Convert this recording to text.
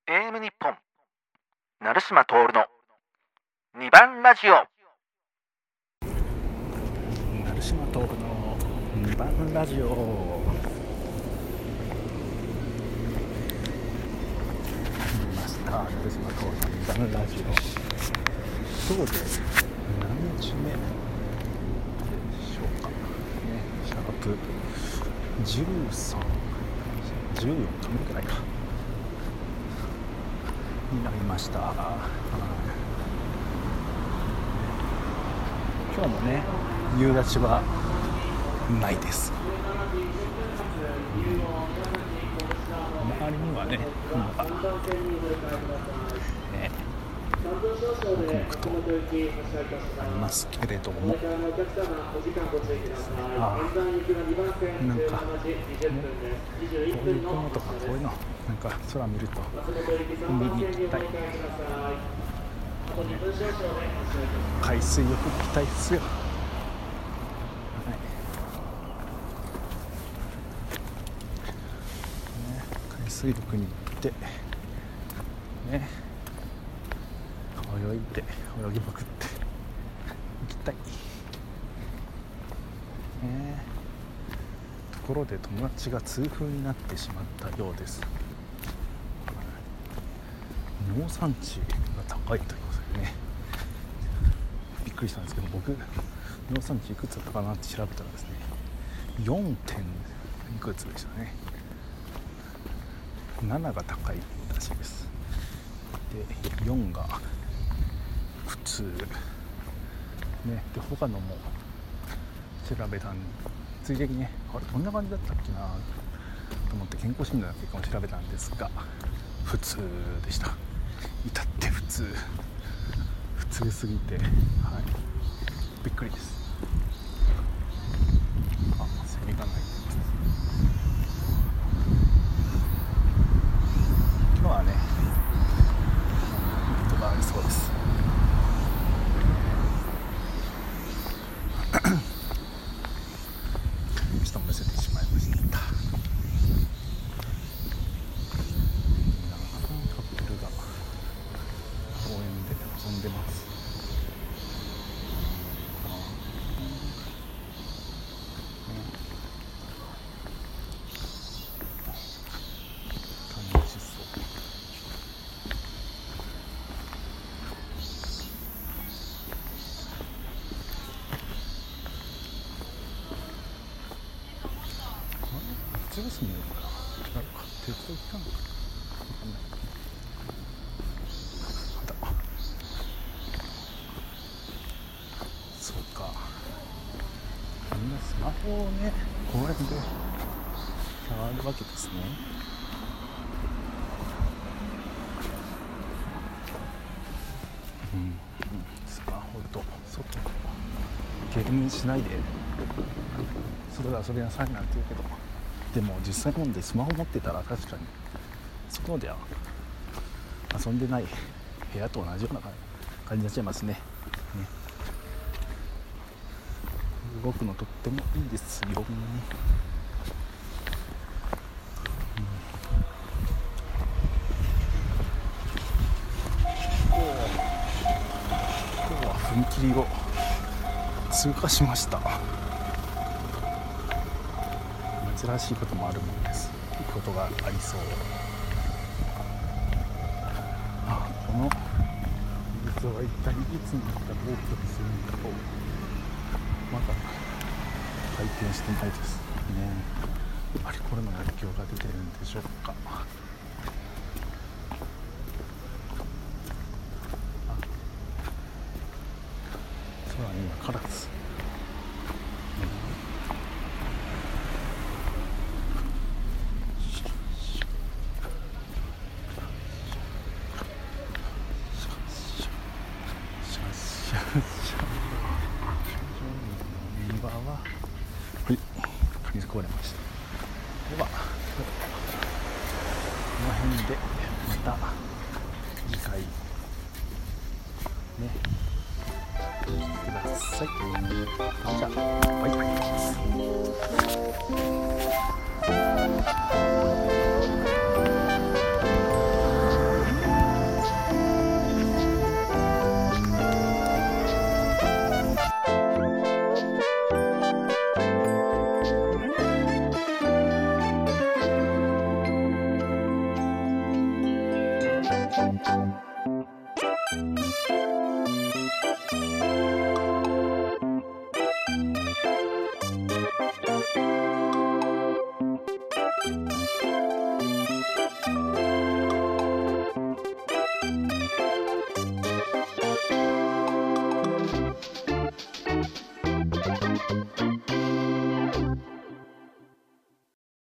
AM 日本成島徹の2番ラジオ。 成島徹の2番ラジオ。見ました。成島徹の2番ラジオ。今日で何日目でしょうかね。シャープ13、14日目くらいかになりました。今日もね、夕立はないです。周りにはね、雲がね、黙々とありますけれども、なんかこういう雲とかこういうの、なんか空見ると海に行きたい、海水浴行きたいっすよ。海水浴に行ってね、泳ぎまくって行きたい、ところで友達が痛風になってしまったようです。尿酸値が高いということでね、びっくりしたんですけど、僕尿酸値いくつだったかなって調べたらですね、4. 点いくつでしたね。7が高いらしいです。で4が普通ね。で他のも調べたんついでにね、あれどんな感じだったっけなと思って健康診断の結果も調べたんですが、普通でした。至って普通すぎて、はい、びっくりです。セミが鳴いてます。今日はね、人がありそうです。ちょっとむせてしまいました。カップルが公園で遊んでます。楽しそう。夏休みなのかな、違うか、鉄道期間か分かんない。そうか、みんなスマホをね、公園で触るわけですね。スマホと外ゲームしないでそれで遊びなさいなんて言うけど、でも実際問題スマホ持ってたら確かに外では遊んでない部屋と同じような感じになっちゃいますね。動くのとってもいいですよ。今日は踏切を通過しました。珍しいこともあるものです。いいことがありそう。この水は一体いつになったら大きくするんだろう。まだ回転してないですね。やっぱりコロナの影響が出てるんでしょうか。空にはカラス、庭は水こぼれました。ではこの辺でまた次回ねください。じゃあバイバイ。